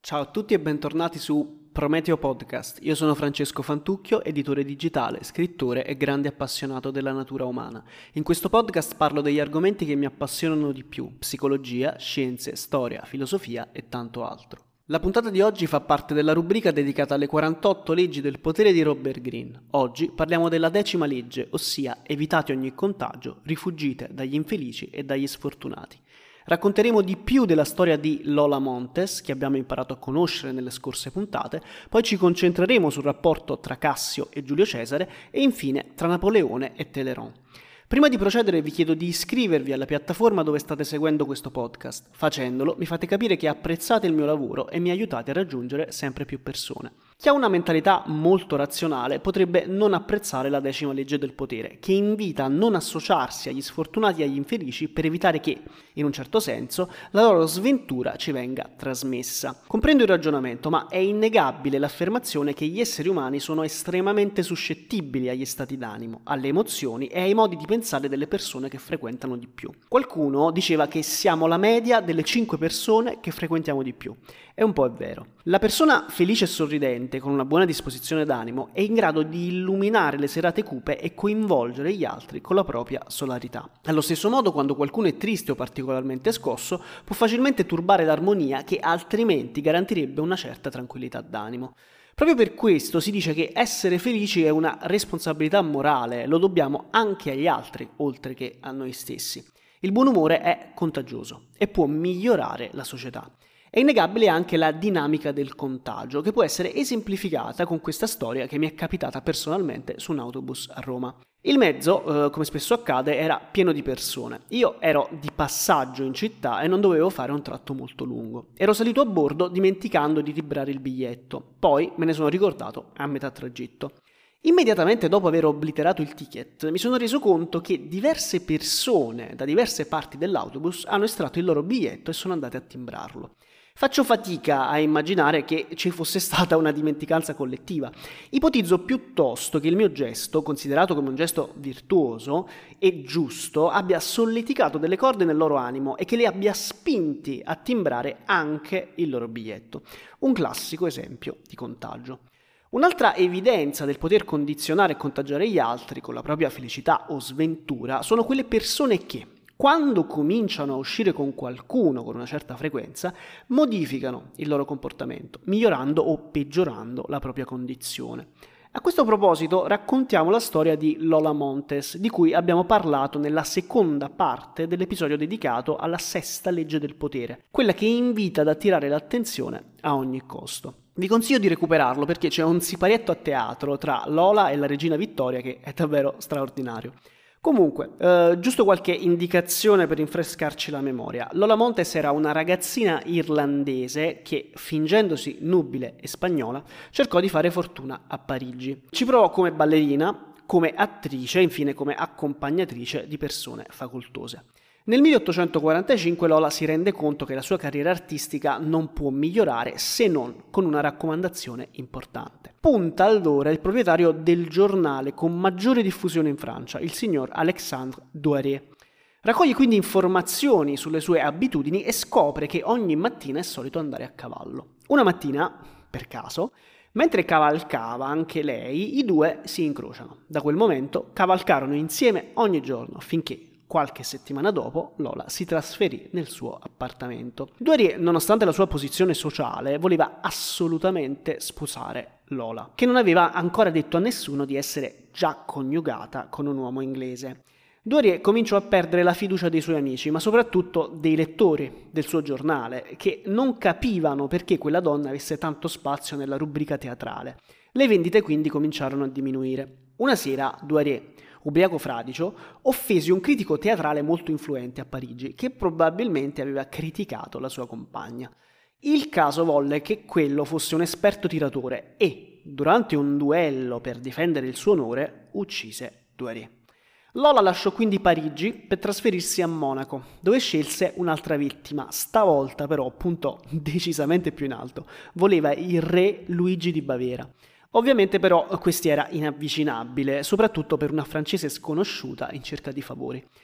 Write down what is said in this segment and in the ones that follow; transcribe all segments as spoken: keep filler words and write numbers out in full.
Ciao a tutti e bentornati su Prometeo Podcast. Io sono Francesco Fantucchio, editore digitale, scrittore e grande appassionato della natura umana. In questo podcast parlo degli argomenti che mi appassionano di più: psicologia, scienze, storia, filosofia e tanto altro. La puntata di oggi fa parte della rubrica dedicata alle quarantotto leggi del potere di Robert Greene. Oggi parliamo della decima legge, ossia evitate ogni contagio, rifuggite dagli infelici e dagli sfortunati. Racconteremo di più della storia di Lola Montes, che abbiamo imparato a conoscere nelle scorse puntate, poi ci concentreremo sul rapporto tra Cassio e Giulio Cesare e infine tra Napoleone e Talleyrand. Prima di procedere vi chiedo di iscrivervi alla piattaforma dove state seguendo questo podcast. Facendolo mi fate capire che apprezzate il mio lavoro e mi aiutate a raggiungere sempre più persone. Chi ha una mentalità molto razionale potrebbe non apprezzare la decima legge del potere, che invita a non associarsi agli sfortunati e agli infelici per evitare che, in un certo senso, la loro sventura ci venga trasmessa. Comprendo il ragionamento, ma è innegabile l'affermazione che gli esseri umani sono estremamente suscettibili agli stati d'animo, alle emozioni e ai modi di pensare delle persone che frequentano di più. Qualcuno diceva che siamo la media delle cinque persone che frequentiamo di più. E un po' è vero. La persona felice e sorridente, con una buona disposizione d'animo, è in grado di illuminare le serate cupe e coinvolgere gli altri con la propria solarità. Allo stesso modo, quando qualcuno è triste o particolarmente scosso, può facilmente turbare l'armonia che altrimenti garantirebbe una certa tranquillità d'animo. Proprio per questo si dice che essere felici è una responsabilità morale, lo dobbiamo anche agli altri, oltre che a noi stessi. Il buon umore è contagioso e può migliorare la società. È innegabile anche la dinamica del contagio, che può essere esemplificata con questa storia che mi è capitata personalmente su un autobus a Roma. Il mezzo, eh, come spesso accade, era pieno di persone. Io ero di passaggio in città e non dovevo fare un tratto molto lungo. Ero salito a bordo dimenticando di librare il biglietto. Poi me ne sono ricordato a metà tragitto. Immediatamente dopo aver obliterato il ticket, mi sono reso conto che diverse persone da diverse parti dell'autobus hanno estratto il loro biglietto e sono andate a timbrarlo. Faccio fatica a immaginare che ci fosse stata una dimenticanza collettiva. Ipotizzo piuttosto che il mio gesto, considerato come un gesto virtuoso e giusto, abbia solleticato delle corde nel loro animo e che li abbia spinti a timbrare anche il loro biglietto. Un classico esempio di contagio. Un'altra evidenza del poter condizionare e contagiare gli altri con la propria felicità o sventura sono quelle persone che, quando cominciano a uscire con qualcuno con una certa frequenza, modificano il loro comportamento, migliorando o peggiorando la propria condizione. A questo proposito raccontiamo la storia di Lola Montes, di cui abbiamo parlato nella seconda parte dell'episodio dedicato alla sesta legge del potere, quella che invita ad attirare l'attenzione a ogni costo. Vi consiglio di recuperarlo perché c'è un siparietto a teatro tra Lola e la regina Vittoria che è davvero straordinario. Comunque, eh, giusto qualche indicazione per rinfrescarci la memoria. Lola Montes era una ragazzina irlandese che, fingendosi nubile e spagnola, cercò di fare fortuna a Parigi. Ci provò come ballerina, come attrice e infine come accompagnatrice di persone facoltose. Nel milleottocentoquarantacinque Lola si rende conto che la sua carriera artistica non può migliorare se non con una raccomandazione importante. Punta allora il proprietario del giornale con maggiore diffusione in Francia, il signor Alexandre Douairier. Raccoglie quindi informazioni sulle sue abitudini e scopre che ogni mattina è solito andare a cavallo. Una mattina, per caso, mentre cavalcava anche lei, i due si incrociano. Da quel momento cavalcarono insieme ogni giorno finché, qualche settimana dopo, Lola si trasferì nel suo appartamento. Douairier, nonostante la sua posizione sociale, voleva assolutamente sposare Lola, che non aveva ancora detto a nessuno di essere già coniugata con un uomo inglese. Douairier cominciò a perdere la fiducia dei suoi amici, ma soprattutto dei lettori del suo giornale, che non capivano perché quella donna avesse tanto spazio nella rubrica teatrale. Le vendite quindi cominciarono a diminuire. Una sera Douairier, ubriaco fradicio, offese un critico teatrale molto influente a Parigi, che probabilmente aveva criticato la sua compagna. Il caso volle che quello fosse un esperto tiratore e, durante un duello per difendere il suo onore, uccise Douairier. Lola lasciò quindi Parigi per trasferirsi a Monaco, dove scelse un'altra vittima. Stavolta però puntò decisamente più in alto. Voleva il re Luigi di Baviera. Ovviamente però questi era inavvicinabile, soprattutto per una francese sconosciuta in cerca di favori.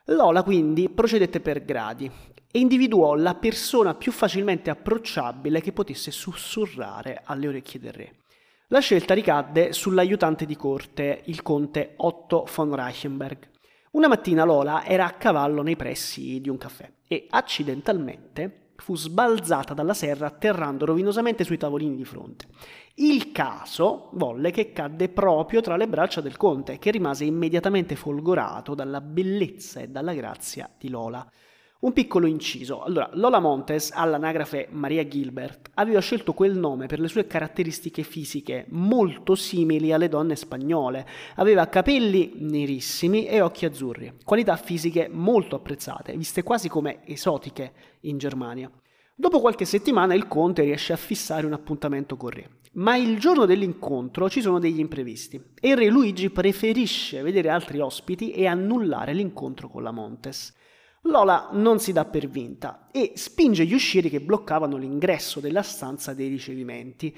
Lola quindi procedette per gradi e individuò la persona più facilmente approcciabile che potesse sussurrare alle orecchie del re. La scelta ricadde sull'aiutante di corte, il conte Otto von Reichenberg. Una mattina Lola era a cavallo nei pressi di un caffè e accidentalmente fu sbalzata dalla serra atterrando rovinosamente sui tavolini di fronte. Il caso volle che cadde proprio tra le braccia del conte, che rimase immediatamente folgorato dalla bellezza e dalla grazia di Lola. Un piccolo inciso. Allora, Lola Montes, all'anagrafe Maria Gilbert, aveva scelto quel nome per le sue caratteristiche fisiche molto simili alle donne spagnole. Aveva capelli nerissimi e occhi azzurri, qualità fisiche molto apprezzate, viste quasi come esotiche in Germania. Dopo qualche settimana il conte riesce a fissare un appuntamento con re. Ma il giorno dell'incontro ci sono degli imprevisti e il re Luigi preferisce vedere altri ospiti e annullare l'incontro con la Montes. Lola non si dà per vinta e spinge gli uscieri che bloccavano l'ingresso della stanza dei ricevimenti.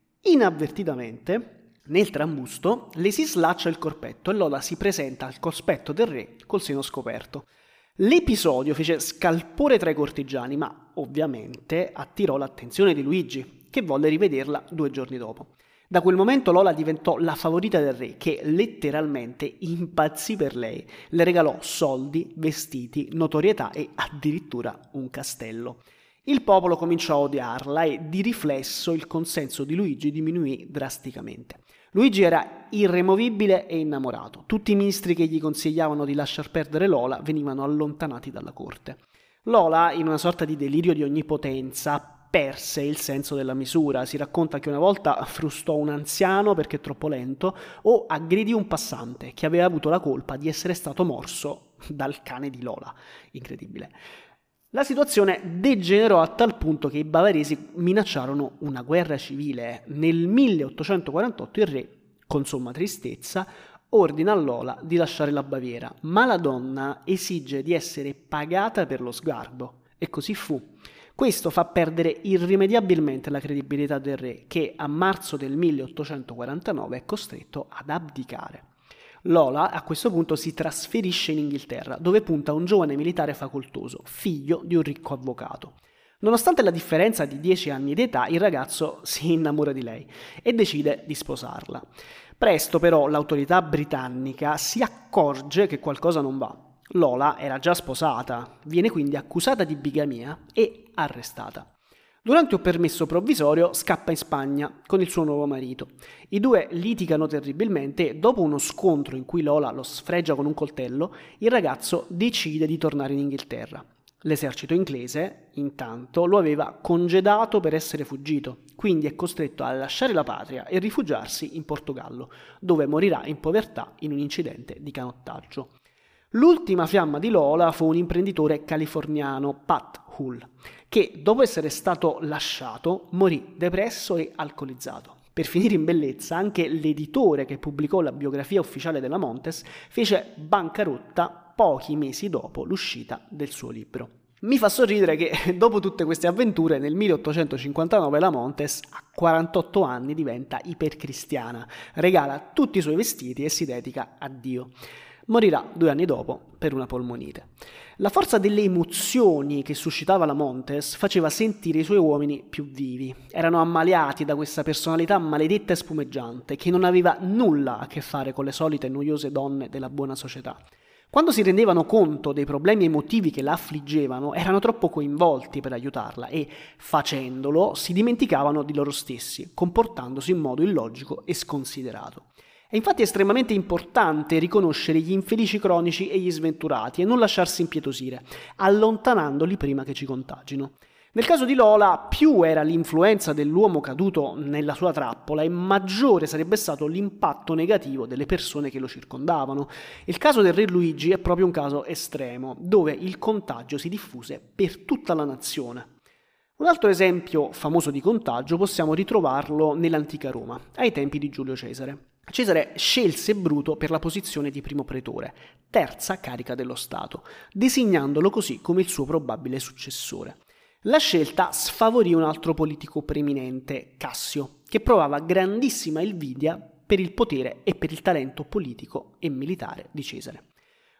Inavvertitamente, nel trambusto, le si slaccia il corpetto e Lola si presenta al cospetto del re col seno scoperto. L'episodio fece scalpore tra i cortigiani, ma ovviamente attirò l'attenzione di Luigi, che volle rivederla due giorni dopo. Da quel momento Lola diventò la favorita del re, che letteralmente impazzì per lei. Le regalò soldi, vestiti, notorietà e addirittura un castello. Il popolo cominciò a odiarla e di riflesso il consenso di Luigi diminuì drasticamente. Luigi era irremovibile e innamorato. Tutti i ministri che gli consigliavano di lasciar perdere Lola venivano allontanati dalla corte. Lola, in una sorta di delirio di onnipotenza, perse il senso della misura. Si racconta che una volta frustò un anziano perché troppo lento o aggredì un passante che aveva avuto la colpa di essere stato morso dal cane di Lola. Incredibile. La situazione degenerò a tal punto che i bavaresi minacciarono una guerra civile. Nel milleottocentoquarantotto il re, con somma tristezza, ordina a Lola di lasciare la Baviera, ma la donna esige di essere pagata per lo sguardo. E così fu. Questo fa perdere irrimediabilmente la credibilità del re, che a marzo del milleottocentoquarantanove è costretto ad abdicare. Lola a questo punto si trasferisce in Inghilterra, dove punta un giovane militare facoltoso, figlio di un ricco avvocato. Nonostante la differenza di dieci anni d'età, il ragazzo si innamora di lei e decide di sposarla. Presto però l'autorità britannica si accorge che qualcosa non va. Lola era già sposata, viene quindi accusata di bigamia e arrestata. Durante un permesso provvisorio scappa in Spagna con il suo nuovo marito. I due litigano terribilmente e dopo uno scontro in cui Lola lo sfregia con un coltello, il ragazzo decide di tornare in Inghilterra. L'esercito inglese, intanto, lo aveva congedato per essere fuggito, quindi è costretto a lasciare la patria e rifugiarsi in Portogallo, dove morirà in povertà in un incidente di canottaggio. L'ultima fiamma di Lola fu un imprenditore californiano, Pat Hull, che dopo essere stato lasciato morì depresso e alcolizzato. Per finire in bellezza, anche l'editore che pubblicò la biografia ufficiale della Montes fece bancarotta pochi mesi dopo l'uscita del suo libro. Mi fa sorridere che dopo tutte queste avventure nel milleottocentocinquantanove la Montes a quarantotto anni diventa ipercristiana, regala tutti i suoi vestiti e si dedica a Dio. Morirà due anni dopo per una polmonite. La forza delle emozioni che suscitava la Montes faceva sentire i suoi uomini più vivi. Erano ammaliati da questa personalità maledetta e spumeggiante che non aveva nulla a che fare con le solite noiose donne della buona società. Quando si rendevano conto dei problemi emotivi che la affliggevano, erano troppo coinvolti per aiutarla e, facendolo, si dimenticavano di loro stessi, comportandosi in modo illogico e sconsiderato. È infatti estremamente importante riconoscere gli infelici cronici e gli sventurati e non lasciarsi impietosire, allontanandoli prima che ci contagino. Nel caso di Lola, più era l'influenza dell'uomo caduto nella sua trappola e maggiore sarebbe stato l'impatto negativo delle persone che lo circondavano. Il caso del re Luigi è proprio un caso estremo, dove il contagio si diffuse per tutta la nazione. Un altro esempio famoso di contagio possiamo ritrovarlo nell'antica Roma, ai tempi di Giulio Cesare. Cesare scelse Bruto per la posizione di primo pretore, terza carica dello Stato, designandolo così come il suo probabile successore. La scelta sfavorì un altro politico preeminente, Cassio, che provava grandissima invidia per il potere e per il talento politico e militare di Cesare.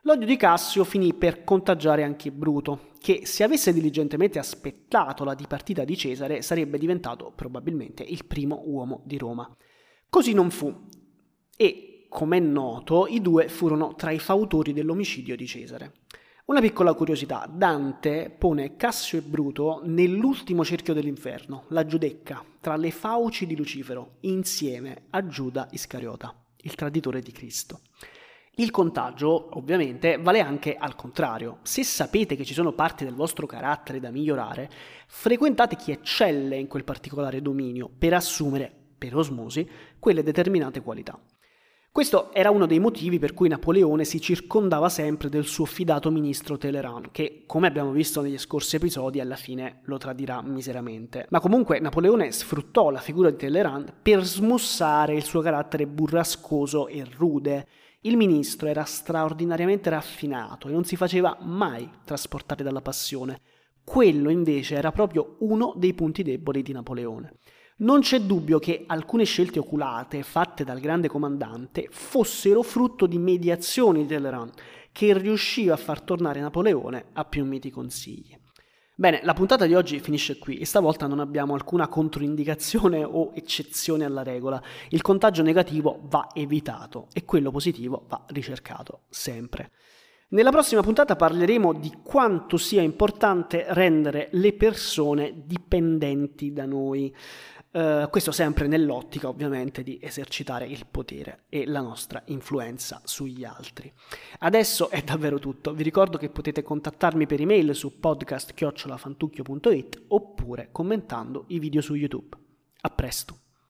L'odio di Cassio finì per contagiare anche Bruto, che se avesse diligentemente aspettato la dipartita di Cesare sarebbe diventato probabilmente il primo uomo di Roma. Così non fu e, come è noto, i due furono tra i fautori dell'omicidio di Cesare. Una piccola curiosità: Dante pone Cassio e Bruto nell'ultimo cerchio dell'inferno, la Giudecca, tra le fauci di Lucifero, insieme a Giuda Iscariota, il traditore di Cristo. Il contagio, ovviamente, vale anche al contrario. Se sapete che ci sono parti del vostro carattere da migliorare, frequentate chi eccelle in quel particolare dominio per assumere, per osmosi, quelle determinate qualità. Questo era uno dei motivi per cui Napoleone si circondava sempre del suo fidato ministro Talleyrand, che, come abbiamo visto negli scorsi episodi, alla fine lo tradirà miseramente. Ma comunque Napoleone sfruttò la figura di Talleyrand per smussare il suo carattere burrascoso e rude. Il ministro era straordinariamente raffinato e non si faceva mai trasportare dalla passione. Quello invece era proprio uno dei punti deboli di Napoleone. Non c'è dubbio che alcune scelte oculate fatte dal grande comandante fossero frutto di mediazioni di Talleyrand, che riusciva a far tornare Napoleone a più miti consigli. Bene, la puntata di oggi finisce qui e stavolta non abbiamo alcuna controindicazione o eccezione alla regola. Il contagio negativo va evitato e quello positivo va ricercato sempre. Nella prossima puntata parleremo di quanto sia importante rendere le persone dipendenti da noi. Uh, questo sempre nell'ottica ovviamente di esercitare il potere e la nostra influenza sugli altri. Adesso è davvero tutto, vi ricordo che potete contattarmi per email su podcast chiocciola fantucchio punto it oppure commentando i video su YouTube. A presto!